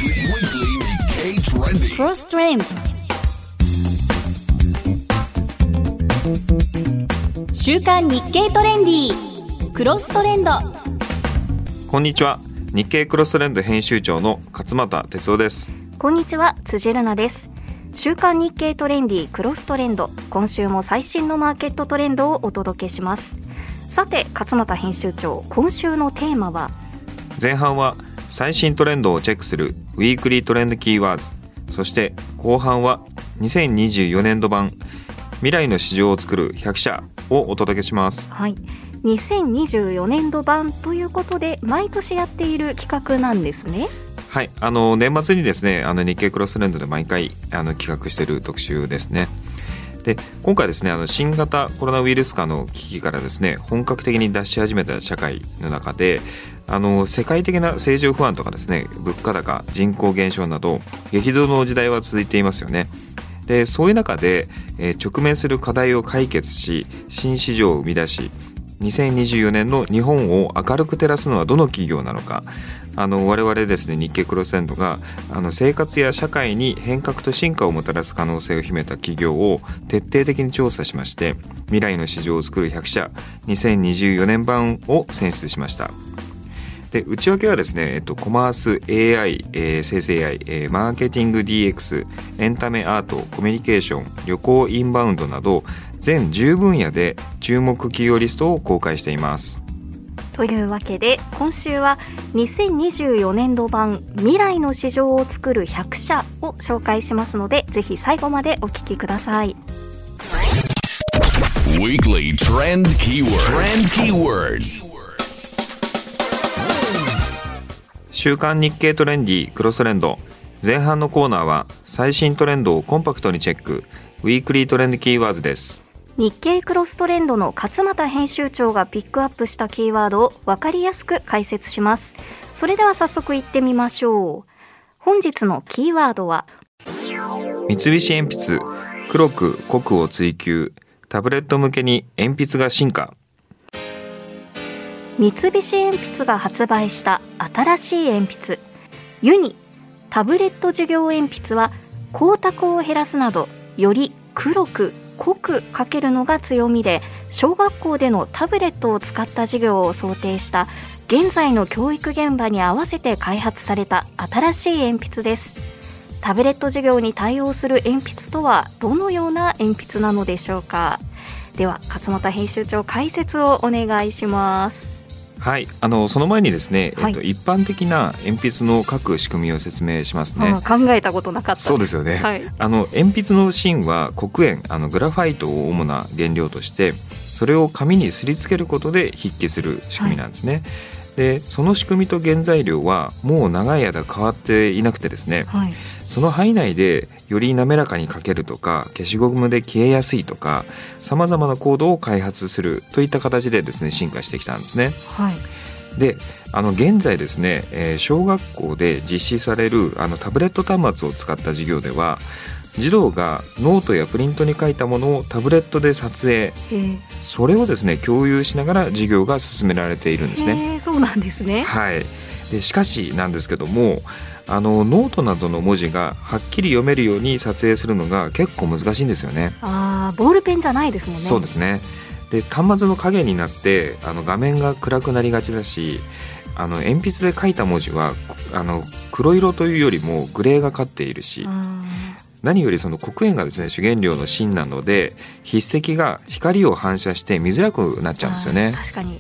Cross Trend。週刊日経トレンディクロストレンド。 こんにちは。日経クロストレンド編集長の勝俣哲夫です。 こんにちは、辻るなです。週刊日経トレンディクロストレンド、今週も最新のマーケットトレンドをお届けします。さて勝俣編集長、今週のテーマは、 前半は最新トレンドをチェックするウィークリートレンドキーワード、そして後半は2024年度版未来の市場を作る100社をお届けします。 はい、2024年度版ということで毎年やっている企画なんですね。 はい、年末にですね、日経クロストレンドで毎回企画している特集ですね。で、今回ですね、新型コロナウイルス化の危機からですね、本格的に脱し始めた社会の中で、世界的な政情不安とかですね、物価高、人口減少など激動の時代は続いていますよね。で、そういう中で、直面する課題を解決し、新市場を生み出し、2024年の日本を明るく照らすのはどの企業なのか、我々ですね、日経クロストレンドが生活や社会に変革と進化をもたらす可能性を秘めた企業を徹底的に調査しまして、未来の市場を作る100社2024年版を選出しました。で、内訳はですね、コマース、AI、生成 AI、マーケティング DX、エンタメアート、コミュニケーション、旅行インバウンドなど全10分野で注目企業リストを公開しています。 というわけで今週は2024年度版未来の市場を作る100社を紹介しますので、ぜひ最後までお聞きください。 Weekly Trend Keywords。 週刊日経トレンディクロストレンド、前半のコーナーは最新トレンドをコンパクトにチェック、ウィークリートレンドキーワードです。 日経クロストレンドの勝俣編集長がピックアップしたキーワードを分かりやすく解説します。それでは早速いってみましょう。本日のキーワードは、 三菱鉛筆、黒く濃くを追求、タブレット向けに鉛筆が進化。 三菱鉛筆が発売した新しい鉛筆ユニタブレット授業鉛筆は、光沢を減らすなどより黒く濃く書けるのが強みで、小学校でのタブレットを使った授業を想定した現在の教育現場に合わせて開発された新しい鉛筆です。タブレット授業に対応する鉛筆とはどのような鉛筆なのでしょうか。では勝俣編集長、解説をお願いします。 はい、その前にですね、 はい、 一般的な鉛筆の書く仕組みを説明しますね。 考えたことなかったです。 そうですよね、はい、鉛筆の芯は黒鉛、グラファイトを主な原料として、それを紙にすりつけることで筆記する仕組みなんですね、はい、でその仕組みと原材料はもう長い間変わっていなくてですね、はい、その範囲内でより滑らかに書けるとか、消しゴムで消えやすいとか、さまざまなコードを開発するといった形でですね、進化してきたんですね、はい、で現在ですね、小学校で実施されるタブレット端末を使った授業では、児童がノートやプリントに書いたものをタブレットで撮影、それをですね共有しながら授業が進められているんですね。 そうなんですね、 はい、でしかしなんですけども、ノートなどの文字がはっきり読めるように撮影するのが結構難しいんですよね。 ボールペンじゃないですもんね。 そうですね。で、端末の影になって画面が暗くなりがちだし、鉛筆で書いた文字は黒色というよりもグレーがかっているし、何よりその黒鉛がですね主原料の芯なので、筆跡が光を反射して見づらくなっちゃうんですよね。 確かに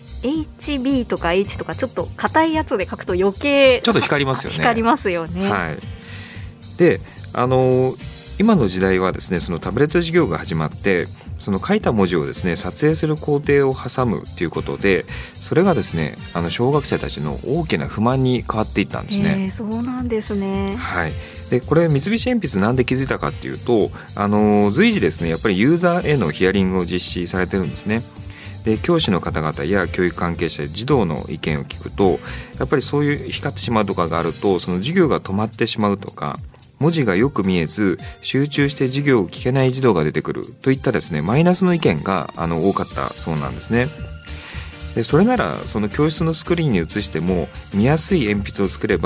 HB とか H とかちょっと硬いやつで書くと余計ちょっと光りますよね。 光りますよね、 はい、で今の時代はですね、そのタブレット授業が始まって、その書いた文字をですね撮影する工程を挟むということで、それがですね小学生たちの大きな不満に変わっていったんですね。 そうなんですね。 はい。でこれ三菱鉛筆なんで気づいたかっていうと、随時ですねやっぱりユーザーへのヒアリングを実施されてるんですね。で教師の方々や教育関係者、児童の意見を聞くと、やっぱりそういう光ってしまうとかがあると、その授業が止まってしまうとか、文字がよく見えず集中して授業を聞けない児童が出てくるといったですねマイナスの意見が多かったそうなんですね。でそれならその教室のスクリーンに映しても見やすい鉛筆を作れば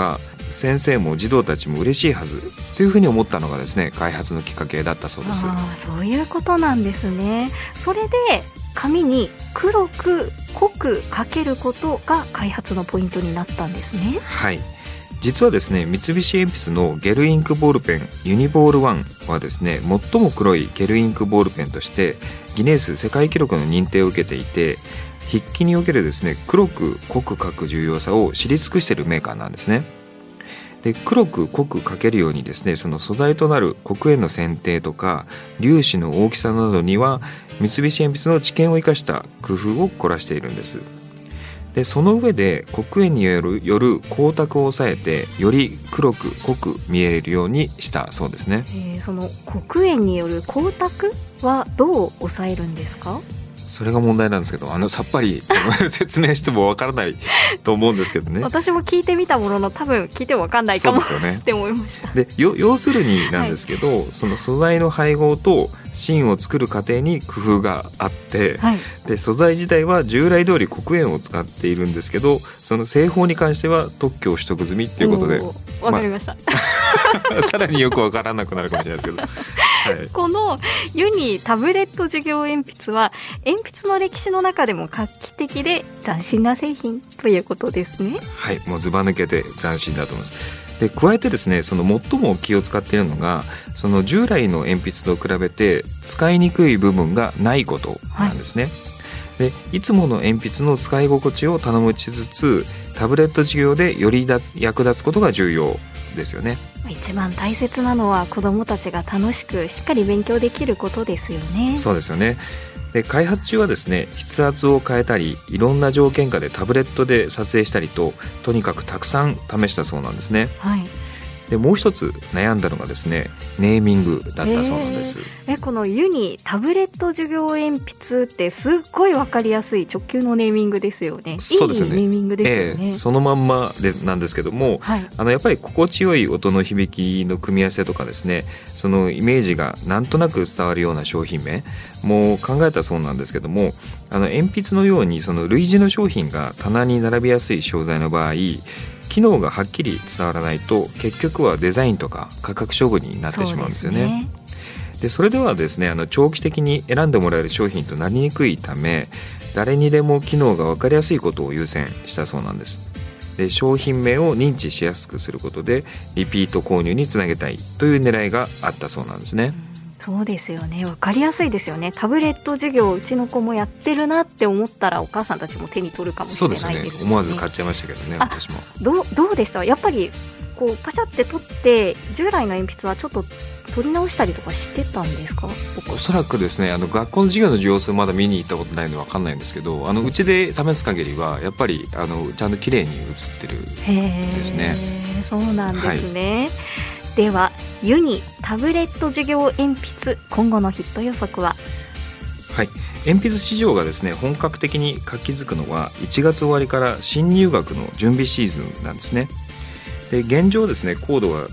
先生も児童たちも嬉しいはずというふうに思ったのがですね、開発のきっかけだったそうです。 そういうことなんですね。それで紙に黒く濃く書けることが開発のポイントになったんですね。 はい、実はですね、三菱鉛筆のゲルインクボールペンユニボール1はですね、最も黒いゲルインクボールペンとしてギネス世界記録の認定を受けていて、筆記におけるですね、黒く濃く書く重要さを知り尽くしているメーカーなんですね。で、黒く濃く書けるようにですね、その素材となる黒鉛の選定とか粒子の大きさなどには三菱鉛筆の知見を生かした工夫を凝らしているんです。で、その上で黒鉛による光沢を抑えてより黒く濃く見えるようにしたそうですね。 その黒鉛による光沢はどう抑えるんですか？ それが問題なんですけど、さっぱり説明してもわからないと思うんですけどね。 私も聞いてみたものの多分聞いてもわかんないかも、 そうですよね、 って思いました。 で、要するになんですけど、その素材の配合と芯を作る過程に工夫があって、で素材自体は従来通り黒鉛を使っているんですけど、その製法に関しては特許を取得済みっていうことで、 わかりました、 さらによくわからなくなるかもしれないですけどこのユニタブレット授業鉛筆は鉛筆の歴史の中でも画期的で斬新な製品ということですね。 はい、もうずば抜けて斬新だと思います。で、加えてですね、その最も気を使っているのが、その従来の鉛筆と比べて使いにくい部分がないことなんですね。で、いつもの鉛筆の使い心地を頼みつつタブレット授業でより役立つことが重要ですよね。 一番大切なのは子どもたちが楽しくしっかり勉強できることですよね。 そうですよね。で、開発中はですね、筆圧を変えたりいろんな条件下でタブレットで撮影したりと、とにかくたくさん試したそうなんですね。で、もう一つ悩んだのがですね、ネーミングだったそうなんです。 このユニタブレット授業鉛筆ってすっごい分かりやすい直球のネーミングですよね。 そうですよね、 いいネーミングですよね。 そのまんまなんですけども、やっぱり心地よい音の響きの組み合わせとかですね、そのイメージがなんとなく伝わるような商品名も考えたそうなんですけども、鉛筆のようにその類似の商品が棚に並びやすい商材の場合、機能がはっきり伝わらないと結局はデザインとか価格勝負になってしまうんですよね。で、それではですね、長期的に選んでもらえる商品となりにくいため、誰にでも機能が分かりやすいことを優先したそうなんです。で、商品名を認知しやすくすることでリピート購入につなげたいという狙いがあったそうなんですね。 そうですよね、分かりやすいですよね。タブレット授業うちの子もやってるなって思ったらお母さんたちも手に取るかもしれないですね。 そうですよね、思わず買っちゃいましたけどね。私もどうでした？やっぱりこうパシャって取って従来の鉛筆はちょっと取り直したりとかしてたんですか？ おそらくですね、学校の授業の様子まだ見に行ったことないので分かんないんですけど、うちで試す限りはやっぱりちゃんと綺麗に写ってるんですね。 そうなんですね。ではユニタブレット授業鉛筆、今後のヒット予測は？ はい、鉛筆市場がですね、本格的に活気づくのは1月終わりから新入学の準備シーズンなんですね。で、現状ですね、コードは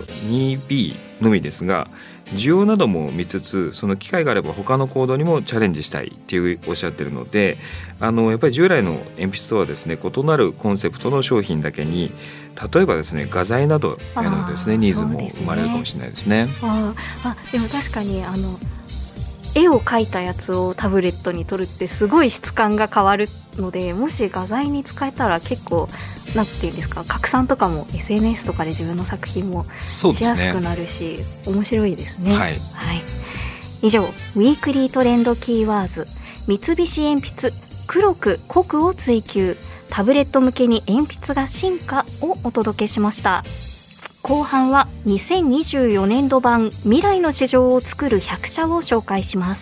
2B のみですが、需要なども見つつ、その機会があれば他のコードにもチャレンジしたいっておっしゃってるので、やっぱり従来の鉛筆とはですね、異なるコンセプトの商品だけに、例えばですね、画材などへのですね、ニーズも生まれるかもしれないですね。 でも確かに絵を描いたやつをタブレットに撮るってすごい質感が変わるので、もし画材に使えたら結構なんていうんですか、拡散とかも SNS とかで自分の作品もしやすくなるし、面白いですね。以上、ウィークリートレンドキーワーズ、三菱鉛筆黒く濃くを追求、タブレット向けに鉛筆が進化をお届けしました。後半は2024年度版未来の市場を作る100社を紹介します。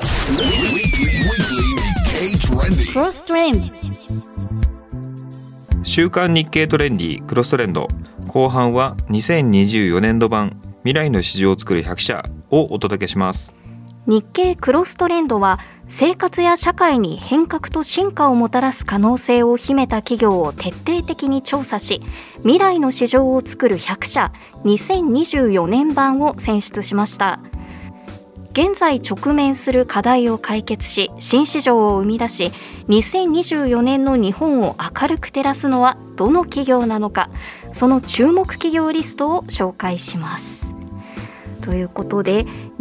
クロストレンド、 週刊日経トレンディクロストレンド、後半は2024年度版未来の市場を作る100社をお届けします。 日経クロストレンドは生活や社会に変革と進化をもたらす可能性を秘めた企業を徹底的に調査し、未来の市場を作る100社2024年版を選出しました。現在直面する課題を解決し、新市場を生み出し、2024年の日本を明るく照らすのはどの企業なのか、その注目企業リストを紹介します。ということで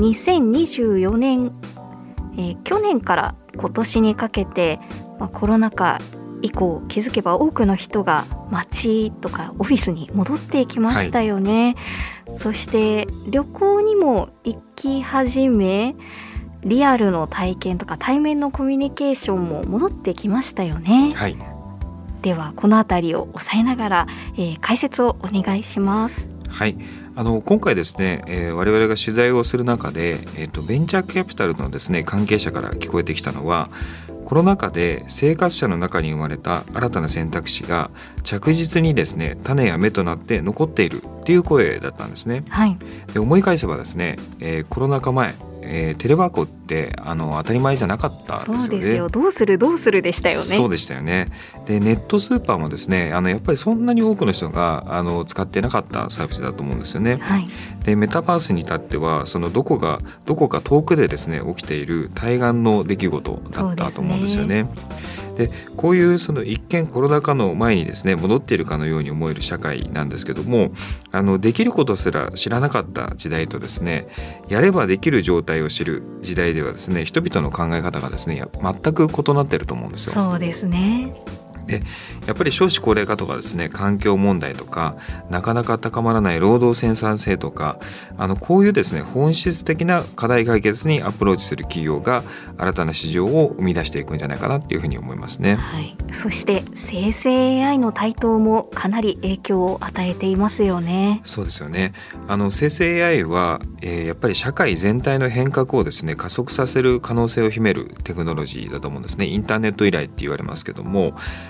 2024年、去年から今年にかけて、コロナ禍以降気づけば多くの人が街とかオフィスに戻ってきましたよね、そして旅行にも行き始め、リアルの体験とか対面のコミュニケーションも戻ってきましたよね、ではこのあたりを押さえながら、解説をお願いします。 今回ですね、我々が取材をする中で、ベンチャーキャピタルのですね関係者から聞こえてきたのは、コロナ禍で生活者の中に生まれた新たな選択肢が着実にですね種や芽となって残っているっていう声だったんですね、で思い返せばですね、コロナ禍前、テレワークって当たり前じゃなかったですよね。 そうですよ、どうするでしたよね。 そうでしたよね。でネットスーパーもですねやっぱりそんなに多くの人が使ってなかったサービスだと思うんですよね、でメタバースに至ってはそのどこか遠くでですね起きている対岸の出来事だったと思うんですよね。でこういうその一見コロナ禍の前にですね戻っているかのように思える社会なんですけども、できることすら知らなかった時代とですねやればできる状態を知る時代ではですね人々の考え方がですね全く異なっていると思うんですよ。 そうですね。 でやっぱり少子高齢化とかですね環境問題とかなかなか高まらない労働生産性とかこういうですね本質的な課題解決にアプローチする企業が新たな市場を生み出していくんじゃないかなっていうふうに思いますね、 そして生成 AI の台頭もかなり影響を与えていますよね。 そうですよね。生成 AI は、やっぱり社会全体の変革をですね加速させる可能性を秘めるテクノロジーだと思うんですね。インターネット以来って言われますけども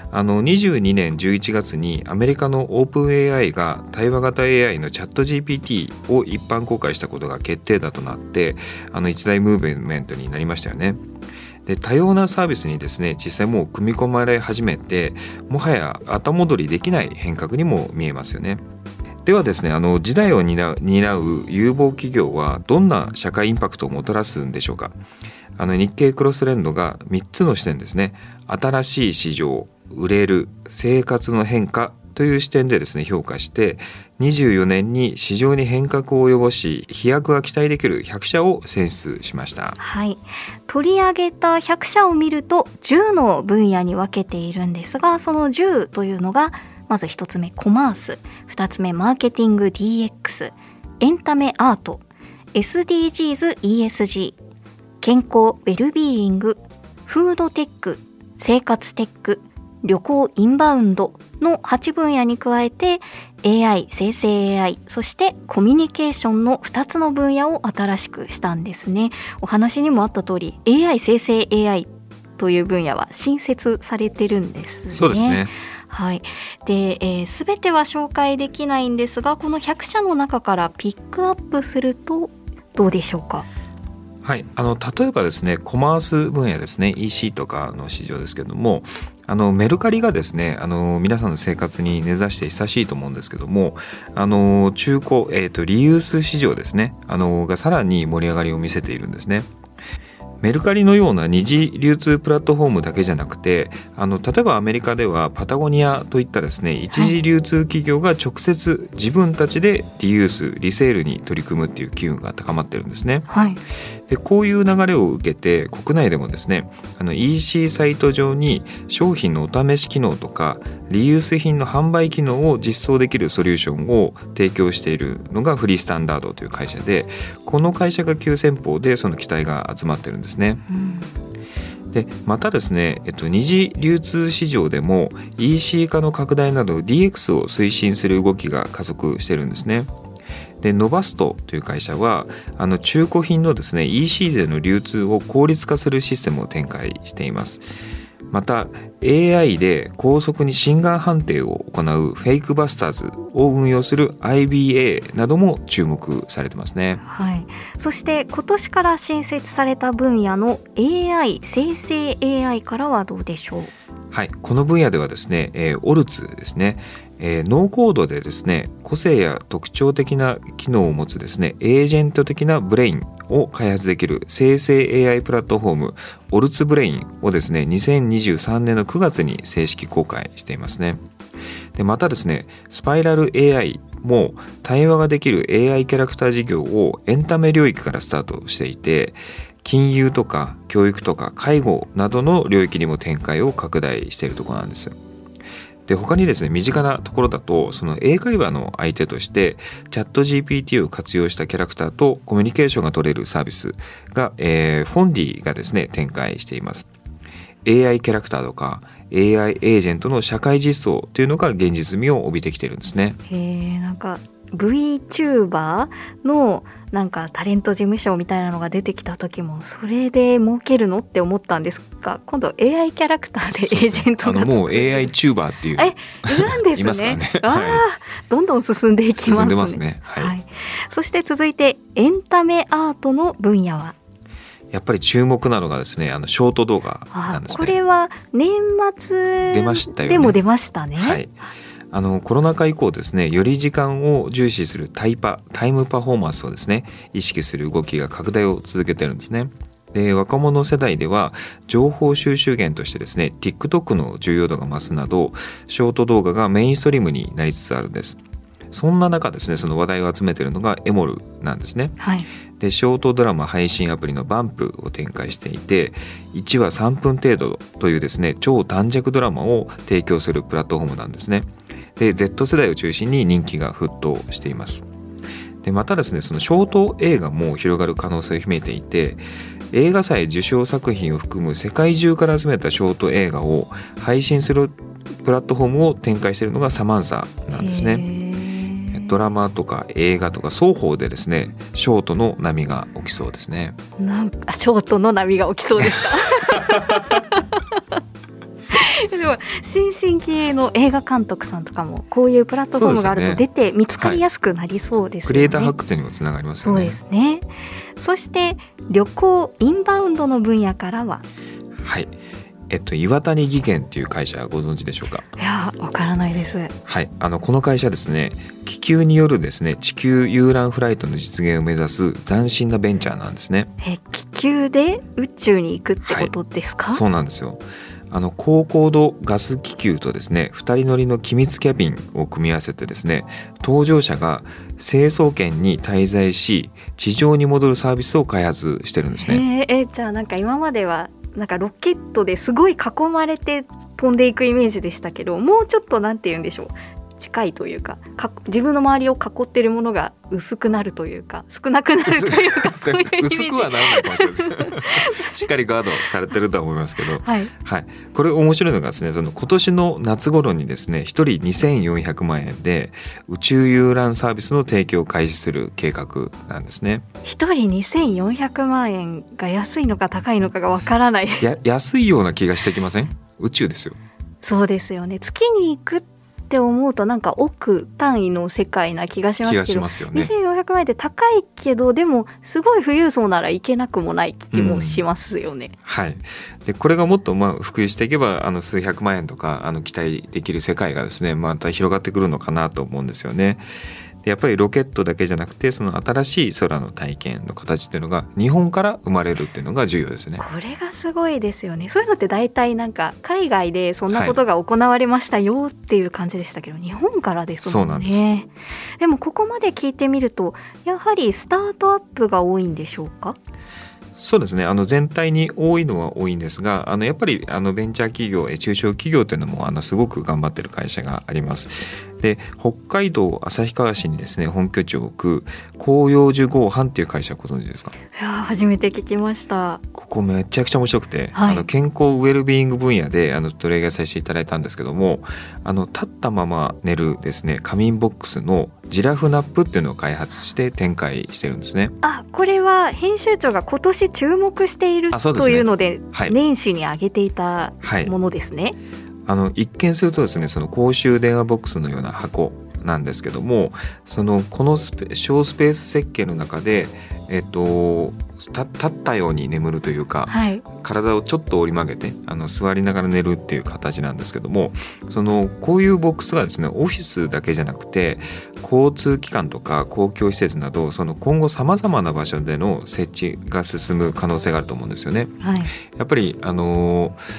22年11月にアメリカのオープン AI が対話型 AI のチャット GPT を一般公開したことが決定だとなって一大ムーブメントになりましたよね。で多様なサービスにですね実際もう組み込まれ始めてもはや後戻りできない変革にも見えますよね。ではですね時代を担う有望企業はどんな社会インパクトをもたらすんでしょうか。日経クロスレンドが3つの視点ですね新しい市場、売れる、生活の変化という視点でですね評価して24年に市場に変革を及ぼし飛躍が期待できる100社を選出しました。 取り上げた100社を見ると10の分野に分けているんですが、その10というのがまず1つ目コマース、2つ目マーケティング DX、 エンタメアート、 SDGs ESG、 健康ウェルビーイング、フードテック、生活テック、旅行インバウンドの8分野に加えて AI、生成 AI、そしてコミュニケーションの2つの分野を新しくしたんですね。お話にもあった通り AI、生成 AI という分野は新設されてるんですね。 そうですね。 で、全ては紹介できないんですが、この100社の中からピックアップするとどうでしょうか。 例えばですねコマース分野ですね EC とかの市場ですけどもメルカリがですね皆さんの生活に根ざして久しいと思うんですけども中古、リユース市場ですねがさらに盛り上がりを見せているんですね。メルカリのような二次流通プラットフォームだけじゃなくて例えばアメリカではパタゴニアといったですね一次流通企業が直接自分たちでリユースリセールに取り組むっていう機運が高まってるんですね、でこういう流れを受けて国内でもですねEC サイト上に商品のお試し機能とかリユース品の販売機能を実装できるソリューションを提供しているのがフリースタンダードという会社で、この会社が急先鋒でその期待が集まってるんですね、でまたですね、二次流通市場でも EC 化の拡大など DX を推進する動きが加速してるんですね。でノバストという会社は中古品のですね EC での流通を効率化するシステムを展開しています。また AI で高速に心眼判定を行うフェイクバスターズを運用する IBA なども注目されてますね。 そして今年から新設された分野の AI、生成 AI からはどうでしょう。 この分野ではですね、オルツですね、ノーコードでですね個性や特徴的な機能を持つですねエージェント的なブレインを開発できる生成 AI プラットフォームオルツブレインをですね2023年の9月に正式公開していますね。 でまたですね、スパイラル AI も対話ができる AI キャラクター事業をエンタメ領域からスタートしていて、金融とか教育とか介護などの領域にも展開を拡大しているところなんです。で他にですね、身近なところだとその英会話の相手としてチャット GPT を活用したキャラクターとコミュニケーションが取れるサービスが、フォンディがですね展開しています。 AI キャラクターとか AI エージェントの社会実装というのが現実味を帯びてきてるんですね。 なんか VTuber のなんかタレント事務所みたいなのが出てきた時もそれで儲けるのって思ったんですが、今度 AI キャラクターでエージェントがもう AI チューバーっていういるんですね。 いますからね。 どんどん進んでいきますね。 進んでますね。はい。 そして続いてエンタメアートの分野はやっぱり注目なのがですね、ショート動画なんですね。 これは年末出ましたよね。 でも出ましたね。 はい。コロナ禍以降ですね、より時間を重視するタイムパフォーマンスをですね意識する動きが拡大を続けてるんですね。で若者世代では情報収集源としてですね TikTok の重要度が増すなどショート動画がメインストリームになりつつあるんです。そんな中ですね、その話題を集めているのがエモルなんですね。 はい。 でショートドラマ配信アプリのバンプを展開していて、1話3分程度というですね超短尺ドラマを提供するプラットフォームなんですね。で Z 世代を中心に人気が沸騰しています。でまたですね、そのショート映画も広がる可能性を秘めていて、映画祭受賞作品を含む世界中から集めたショート映画を配信するプラットフォームを展開しているのがサマンサなんですね。ドラマとか映画とか双方でですねショートの波が起きそうですね。 なんかショートの波が起きそうですかでも新進気鋭の映画監督さんとかもこういうプラットフォームがあると出て見つかりやすくなりそうですよね。 クリエイター発掘にもつながりますよね。 そうですね。そして旅行インバウンドの分野からははい、岩谷技研っていう会社ご存知でしょうか。 いやわからないです。 はい、この会社ですね、気球によるですね地球遊覧フライトの実現を目指す斬新なベンチャーなんですね。 気球で宇宙に行くってことですか。 そうなんですよ。高高度ガス気球とですね2人乗りの機密キャビンを組み合わせてですね、搭乗者が成層圏に滞在し地上に戻るサービスを開発してるんですね。 じゃあなんか今まではなんかロケットですごい囲まれて飛んでいくイメージでしたけど、もうちょっとなんて言うんでしょう、近いというか、自分の周りを囲っているものが薄くなるというか少なくなるというかそういうイメージ薄くはならないかもしれないですしっかりガードされてるとは思いますけど、 はいはい、これ面白いのがですね、その今年の夏頃にですね1人2400万円で宇宙遊覧サービスの提供を開始する計画なんですね。 1人2400万円が安いのか高いのかがわからない安いような気がしてきません？宇宙ですよ。 そうですよね。月に行くって思うとなんか億単位の世界な気がしますけど、 気がしますよね。 2400万円って高いけどでもすごい富裕層なら行けなくもない気もしますよね。 はい。でこれがもっと普及していけば数百万円とか期待できる世界がですねまた広がってくるのかなと思うんですよね。やっぱりロケットだけじゃなくてその新しい空の体験の形っていうのが日本から生まれるっていうのが重要ですね。 これがすごいですよね。そういうのって大体なんか海外でそんなことが行われましたよっていう感じでしたけど、日本からですもんね。 そうなんです。 でもここまで聞いてみるとやはりスタートアップが多いんでしょうか？ そうですね、全体に多いのは多いんですがやっぱりベンチャー企業中小企業というのもすごく頑張っている会社があります。で北海道旭川市にですね本拠地を置く広葉樹合飯っていう会社ご存知ですか？ いや初めて聞きました。 ここめちゃくちゃ面白くて、 はい、 健康ウェルビーイング分野で取り上げさせていただいたんですけども立ったまま寝るですね仮眠ボックスのジラフナップっていうのを開発して展開してるんですね。 これは編集長が今年注目しているというので、はい、年始に上げていたものですね。 はい、一見するとですねその公衆電話ボックスのような箱なんですけどもこの小スペース設計の中で、立ったように眠るというか、はい、体をちょっと折り曲げて座りながら寝るっていう形なんですけどもこういうボックスがですねオフィスだけじゃなくて交通機関とか公共施設など今後さまざまな場所での設置が進む可能性があると思うんですよね。はい、やっぱり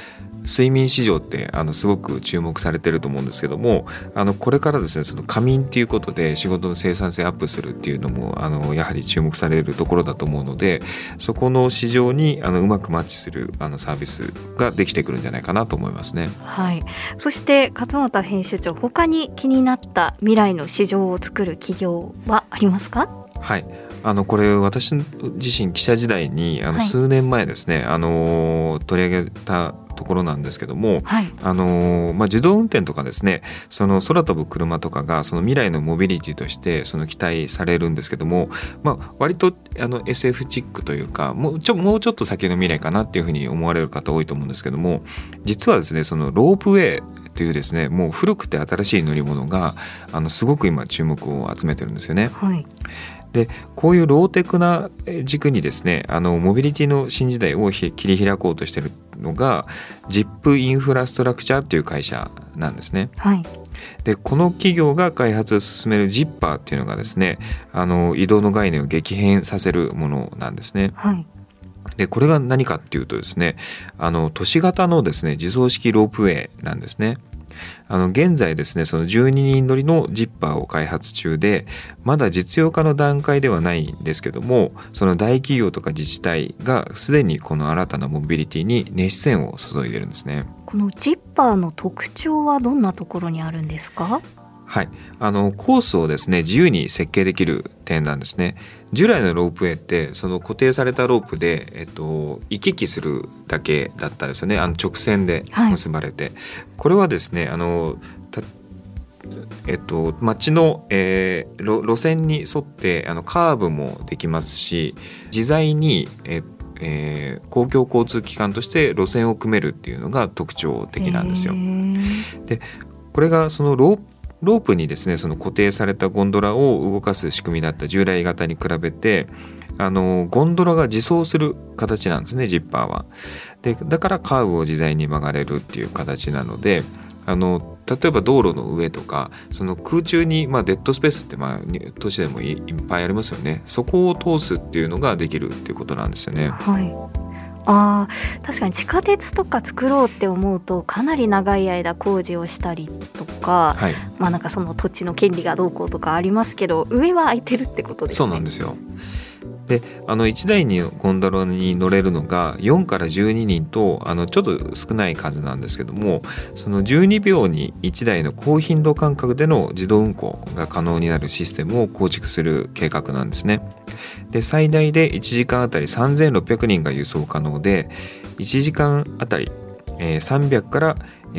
睡眠市場ってすごく注目されてると思うんですけども、これからですね、その仮眠っていうことで仕事の生産性アップするっていうのもやはり注目されるところだと思うので、そこの市場にうまくマッチするサービスができてくるんじゃないかなと思いますね。 はい、そして勝俣編集長、他に気になった未来の市場を作る企業はありますか？ はい、これ私自身記者時代に数年前ですね、取り上げたところなんですけども、 はい、 自動運転とかですね、その空飛ぶ車とかがその未来のモビリティとしてその期待されるんですけども、割とSF チックというかもうちょっと先の未来かなっていうふうに思われる方多いと思うんですけども、実はですね、そのロープウェイというですね、もう古くて新しい乗り物がすごく今注目を集めてるんですよね。 はい、 でこういうローテクな軸にですね、モビリティの新時代を切り開こうとしているのが ZIP インフラストラクチャーという会社なんですね。 はい、 でこの企業が開発を進める ZIPPER っていうのがですね、移動の概念を激変させるものなんですね。 はい、 でこれが何かっていうとですね、都市型のですね自走式ロープウェイなんですね。現在ですね、その12人乗りの ZIPPER を開発中で、まだ実用化の段階ではないんですけども、その大企業とか自治体がすでにこの新たなモビリティに熱視線を注いでるんですね。 この ZIPPER の特徴はどんなところにあるんですか？ はい、コースをですね自由に設計できる点なんですね。従来のロープウェイってその固定されたロープで、行き来するだけだったですよね。直線で結ばれて、はい、これはですね街の、路線に沿ってカーブもできますし、自在に、公共交通機関として路線を組めるっていうのが特徴的なんですよ。でこれがそのロープにですね、その固定されたゴンドラを動かす仕組みだった従来型に比べてゴンドラが自走する形なんですね、ジッパーは。でだからカーブを自在に曲がれるっていう形なので、例えば道路の上とかその空中に、デッドスペースって都市でもいっぱいありますよね。そこを通すっていうのができるっていうことなんですよね。 はい、確かに地下鉄とか作ろうって思うとかなり長い間工事をしたりとか、はい、なんかその土地の権利がどうこうとかありますけど、上は空いてるってことですね。 そうなんですよ。で1台にゴンドラに乗れるのが4から12人とちょっと少ない数なんですけども、その12秒に1台の高頻度間隔での自動運行が可能になるシステムを構築する計画なんですね。で最大で1時間あたり3600人が輸送可能で、1時間あたり300から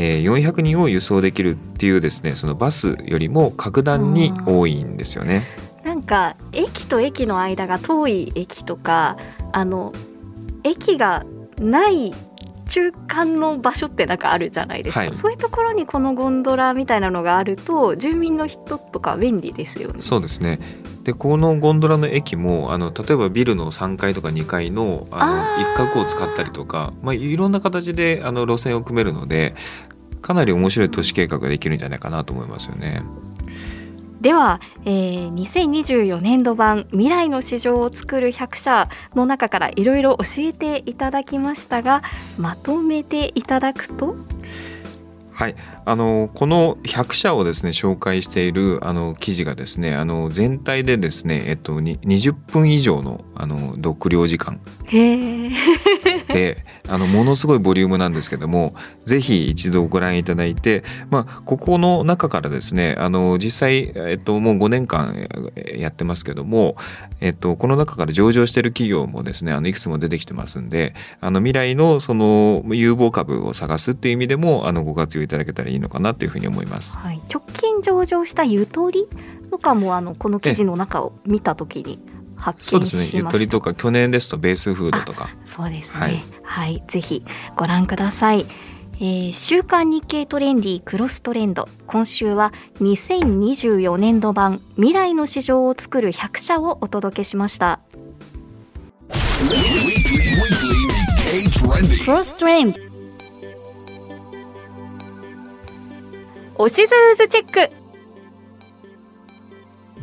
400人を輸送できるっていうですね、そのバスよりも格段に多いんですよね。 なんか駅と駅の間が遠い駅とか駅がない中間の場所ってなんかあるじゃないですか、はい、そういうところにこのゴンドラみたいなのがあると住民の人とか便利ですよね。 そうですね。でこのゴンドラの駅も例えばビルの3階とか2階の一角を使ったりとか、いろんな形で路線を組めるので、かなり面白い都市計画ができるんじゃないかなと思いますよね。 では、2024年度版未来の市場を作る100社の中からいろいろ教えていただきましたが、まとめていただくと、 はい、この100社をですね紹介している記事がですね全体でですね、20分以上の読了時間でものすごいボリュームなんですけども、ぜひ一度ご覧いただいて、ここの中からですね実際、もう5年間やってますけども、この中から上場している企業もですねいくつも出てきてますんで、未来のその有望株を探すっていう意味でもご活用いただけたらいいのかなというふうに思います。 はい、直近上場したゆとりとかもこの記事の中を見たときに発見しました。 そうですね。ゆとりとか去年ですとベースフードとか。 そうですね。はい、ぜひご覧ください。週刊日経トレンディクロストレンド、今週は2024年度版未来の市場を作る100社をお届けしました。 クロストレンド、おしずーずチェック。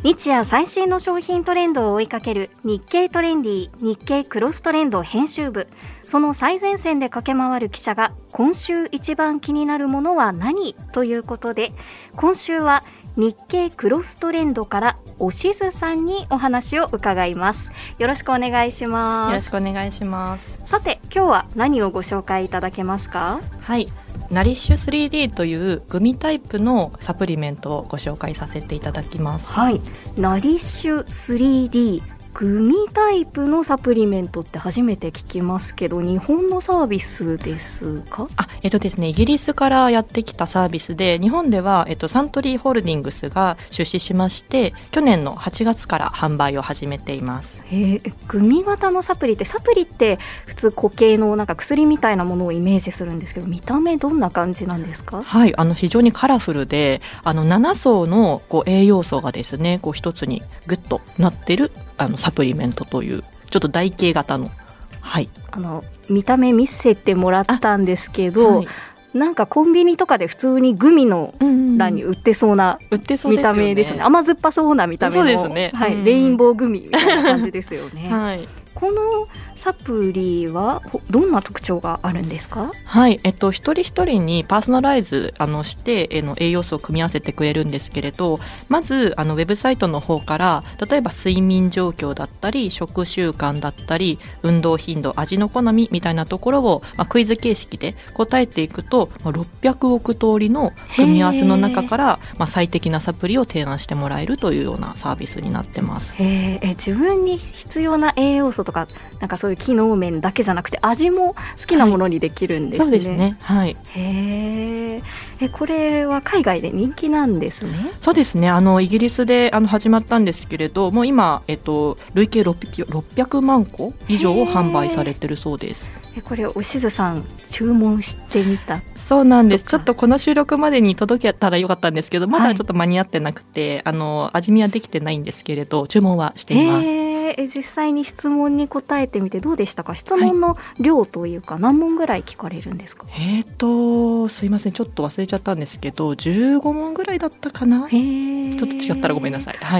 日夜最新の商品トレンドを追いかける日経トレンディ日経クロストレンド編集部、その最前線で駆け回る記者が今週一番気になるものは何ということで、今週は日経クロストレンドからおしずさんにお話を伺います。よろしくお願いします。 よろしくお願いします。 さて今日は何をご紹介いただけますか？ はい、ナリッシュ 3D というグミタイプのサプリメントをご紹介させていただきます。 はい、ナリッシュ 3Dグミタイプのサプリメントって初めて聞きますけど、日本のサービスですか？ ですね、イギリスからやってきたサービスで、日本では、サントリーホールディングスが出資しまして、去年の8月から販売を始めています。 グミ型のサプリって普通固形のなんか薬みたいなものをイメージするんですけど、見た目どんな感じなんですか？ はい、非常にカラフルで、7層の栄養素がですね、一つにグッとなっているサプリメントというちょっと台形型の、はい、 見た目見せてもらったんですけど、はい、なんかコンビニとかで普通にグミの欄に売ってそうな見た目ですよね。甘酸っぱそうな見た目の、 そうですね、 はい、レインボーグミみたいな感じですよね。 はい、 このサプリはどんな特徴があるんですか？ はい、一人一人にパーソナライズして栄養素を組み合わせてくれるんですけれど、まずウェブサイトの方から例えば睡眠状況だったり食習慣だったり運動頻度、味の好みみたいなところを、クイズ形式で答えていくと600億通りの組み合わせの中から、最適なサプリを提案してもらえるというようなサービスになってます。 自分に必要な栄養素とか、なんかそういう機能面だけじゃなくて味も好きなものにできるんですね。 そうですね、はい、 これは海外で人気なんですね。 そうですね、イギリスで始まったんですけれども、今、累計600万個以上を販売されてるそうです。 これおしずさん注文してみた？ そうなんです。ちょっとこの収録までに届けたらよかったんですけど、まだちょっと間に合ってなくて、味見はできてないんですけれど注文はしています。 実際に質問に答えてみてどうでしたか？質問の量というか、何問ぐらい聞かれるんですか？ すいません、ちょっと忘れちゃったんですけど15問ぐらいだったかな。ちょっと違ったらごめんなさい。はい、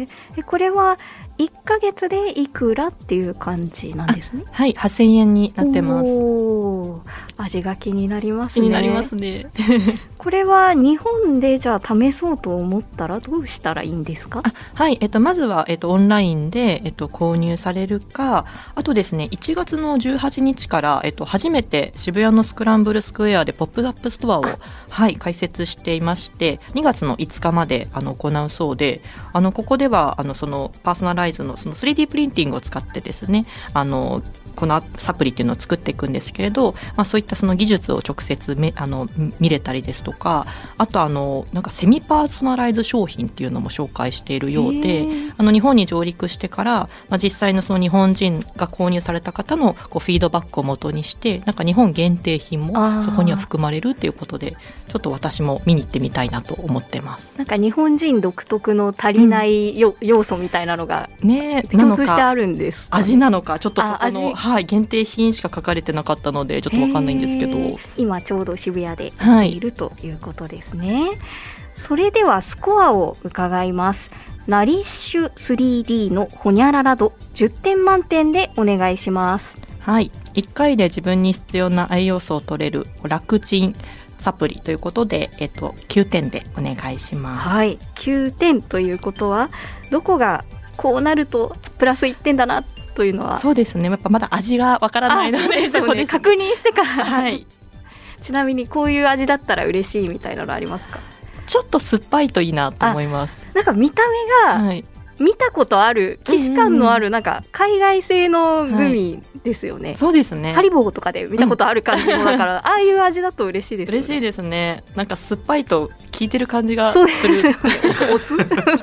これは1ヶ月でいくらっていう感じなんですね。 はい、8000円になってます。 味が気になりますね。 気になりますね。 これは日本でじゃあ試そうと思ったらどうしたらいいんですか？ はい、まずは、オンラインで、購入されるか、あとですね、1月の18日から、初めて渋谷のスクランブルスクエアでポップアップストアを、開設していまして、2月の5日まで行うそうで、ここではそのパーソナライズのその 3D プリンティングを使ってですね、このサプリっていうのを作っていくんですけれど、そういったその技術を直接見れたりですとか、あとなんかセミパーソナライズ商品っていうのも紹介しているようで、日本に上陸してから、実際のその日本人が購入された方のフィードバックを元にして、なんか日本限定品もそこには含まれるということで、ちょっと私も見に行ってみたいなと思ってます。 なんか日本人独特の足りない要素みたいなのが共通してあるんですか？ 味なのか、ちょっとそこの、限定品しか書かれてなかったのでちょっと分かんないんですけど、 今ちょうど渋谷で売っているということですね。それではスコアを伺います。ナリッシュ 3D のホニャララ度10点満点でお願いします。 はい、1回で自分に必要な栄養素を取れる楽ちんサプリということで、9点でお願いします。 はい、9点ということはどこがこうなるとプラス1点だなというのは？ そうですね、やっぱまだ味がわからないので、そこですね、 確認してから、 はい、 ちなみにこういう味だったら嬉しいみたいなのありますか？ ちょっと酸っぱいといいなと思います。 なんか見た目が、見たことある既視感のある、なんか海外製のグミですよね。 そうですね、 ハリボーとかで見たことある感じのだから、ああいう味だと嬉しいですよね。 嬉しいですね。なんか酸っぱいと効いてる感じがする。 そうですよね。 お酢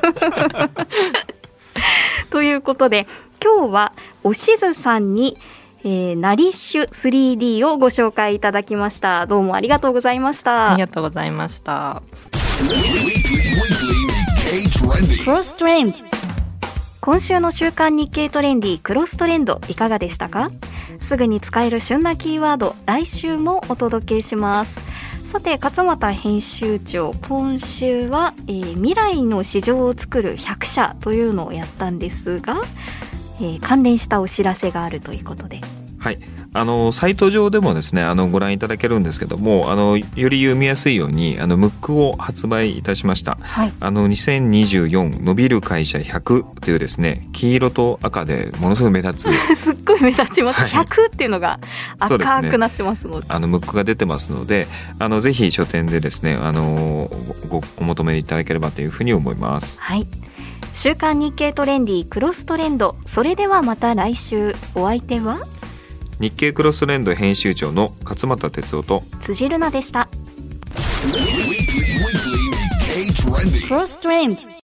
ということで今日はおしずさんに、ナリッシュ 3D をご紹介いただきました。どうもありがとうございました。 ありがとうございました。 クロストレンド。 今週の週刊日経トレンディクロストレンドいかがでしたか？すぐに使える旬なキーワード、来週もお届けします。 さて勝俣編集長、今週は、未来の市場を作る100社というのをやったんですが、関連したお知らせがあるということで。 はい、サイト上でもですねご覧いただけるんですけども、より読みやすいようにムックを発売いたしました。 はい、 2024伸びる会社100というですね、黄色と赤でものすごい目立つすっごい目立ちます、 はい、 100っていうのが赤くなってますので、 ムックが出てますので、ぜひ書店でですねお求めいただければというふうに思います。 はい、週刊日経トレンディクロストレンド、それではまた来週。お相手は日経クロストレンド編集長の勝俣哲夫と辻るなでした。 クロストレンド